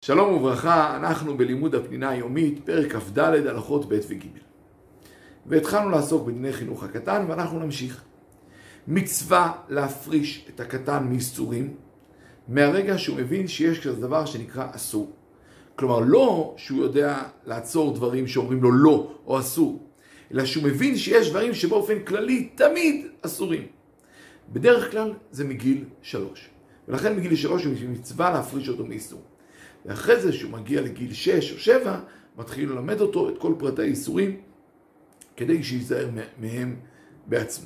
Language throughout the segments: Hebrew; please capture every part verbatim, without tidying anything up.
שלום וברכה, אנחנו בלימוד הפנינה היומית, פרק כ"ד הלכות ב' וג'. והתחלנו לעסוק בדיני חינוך הקטן ואנחנו נמשיך. מצווה להפריש את הקטן מאיסורים מהרגע שהוא מבין שיש כזה דבר שנקרא אסור. כלומר לא שהוא יודע לעצור דברים שאומרים לו לא או אסור, אלא שהוא מבין שיש דברים שבאופן כללי תמיד אסורים. בדרך כלל זה מגיל שלוש. ולכן מגיל שלוש הוא מצווה להפריש אותו מאיסור. ואחרי זה שהוא מגיע לגיל שש או שבע, מתחיל ללמד אותו את כל פרטי האיסורים, כדי שיזהר מהם בעצמו.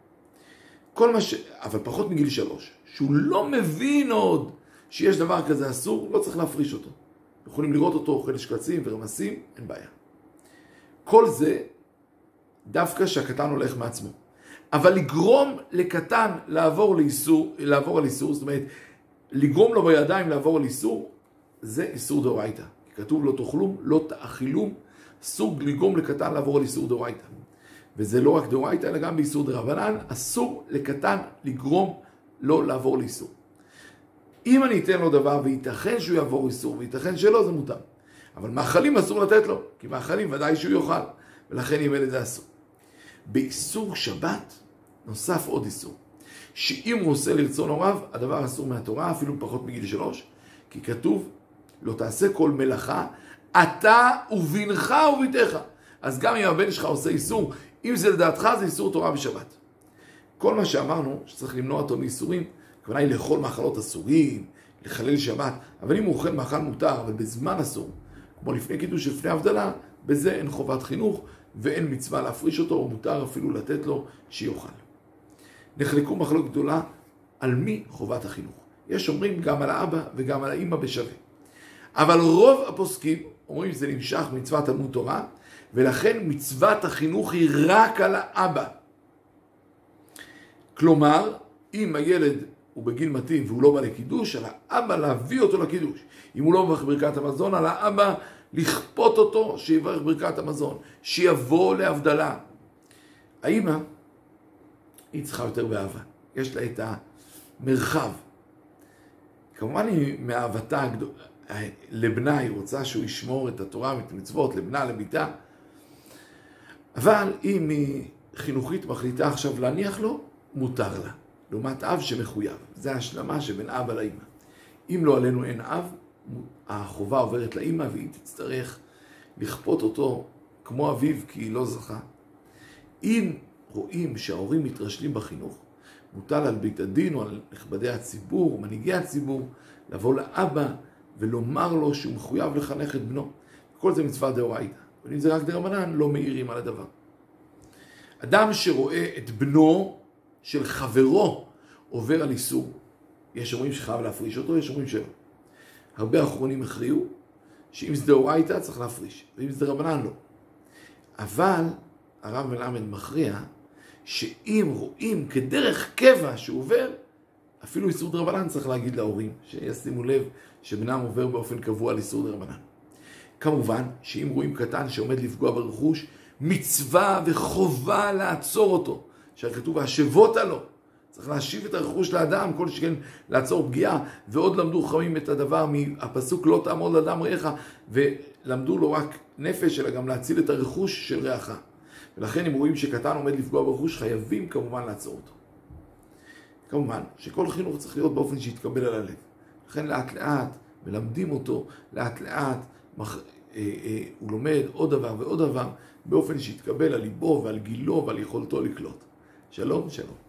כל מה ש... אבל פחות מגיל שלוש, שהוא לא מבין עוד שיש דבר כזה אסור, לא צריך להפריש אותו. יכולים לראות אותו אוכל שקצים ורמסים, אין בעיה. כל זה דווקא שהקטן הולך מעצמו. אבל לגרום לקטן לעבור לאיסור, לעבור על איסור, זאת אומרת, לגרום לו בידיים לעבור על איסור, זה איסור דאורייתא. כתוב לא תאכלום, לא תאכילום, אסור לגרום לקטן לעבור על איסור דאורייתא. וזה לא רק דאורייתא, אלא גם באיסור דרבנן, אסור לקטן לגרום לא לעבור לאיסור. אם אני אתן לו דבר וייתכן שהוא יעבור איסור, וייתכן שלא, זה מותר. אבל מאכלים אסור לתת לו, כי מאכלים ודאי שהוא יאכל, ולכן ימל את זה אסור. באיסור שבת נוסף עוד איסור, שאם הוא עושה לרצון הוריו, הדבר אסור מהתורה, אפילו פחות מגיל שלוש, כי כתוב, לא תעשה כל מלאכה, אתה ובנך וביתך. אז גם אם הבן שלך עושה איסור, אם זה לדעתך, זה איסור תורה בשבת. כל מה שאמרנו, שצריך למנוע אותו מאיסורים, הכוונה היא לאכול מאכלות אסורים, לחלל שבת, אבל אם הוא אוכל מאכל מותר, אבל בזמן אסור, כמו לפני קידוש לפני הבדלה, בזה אין חובת חינוך, ואין מצווה להפריש אותו, או מותר אפילו לתת לו שיוכל. נחלקו מחלוקת גדולה על מי חובת החינוך. יש אומרים גם על האבא וגם על האמא בשווה. אבל רוב הפוסקים אומרים שזה נמשך מצוות תלמוד תורה, ולכן מצוות החינוך היא רק על האבא. כלומר, אם הילד הוא בגיל מתאים והוא לא בא לקידוש, על האבא להביא אותו לקידוש. אם הוא לא מברך ברכת המזון, על האבא לכפות אותו שיברך ברכת המזון, שיבוא להבדלה. האמא, היא צריכה יותר באהבה. יש לה את המרחב. כמובן היא מאהבתה לבנה, היא רוצה שהוא ישמור את התורה ואת המצוות, לבנה, לביתה. אבל אם היא חינוכית מחליטה עכשיו להניח לו, מותר לה. לעומת אב שמחויב. זה השלמה שבין אבא לאמא. אם לא עלינו אין אב, החובה עוברת לאמא והיא תצטרך לכפות אותו כמו אביו כי היא לא זכה. אם רואים שההורים מתרשלים בחינוך, מוטל על בית הדין או על נכבדי הציבור או מנהיגי הציבור לבוא לאבא ולומר לו שהוא מחויב לחנך את בנו. כל זה מצווה דאורייתא. אבל אם זה רק דרבנן, לא מעירים על הדבר. אדם שרואה את בנו של חברו עובר על איסור, יש אומרים שחייב להפריש אותו, יש אומרים שלא. הרבה אחרונים הכריעו שאם זה דאורייתא צריך להפריש, ואם זה דרבנן לא. אבל הרב מלמד מכריע שאם רואים כדרך קבע שהוא עובר, אפילו איסור דרבנן צריך להגיד להורים, שישימו לב שבנם עובר באופן קבוע על איסור דרבנן. כמובן שאם רואים קטן שעומד לפגוע ברכוש, מצווה וחובה לעצור אותו. שכתוב והשבות עלו, צריך להשיב את הרכוש לאדם, כל שכן לעצור פגיעה, ועוד למדו חכמים את הדבר מהפסוק לא תעמוד לאדם רעך, ולמדו לו רק נפש, אלא גם להציל את הרכוש של רעך. ולכן אם רואים שקטן עומד לפגוע ברכוש, חייבים כמובן לעצור אותו. כמובן שכל חינוך צריך להיות באופן שיתקבל על הלב. לכן לאט לאט מלמדים אותו, לאט לאט מח... אה, אה, הוא לומד עוד דבר ועוד דבר, באופן שיתקבל על ליבו ועל גילו ועל יכולתו לקלוט. שלום, שלום.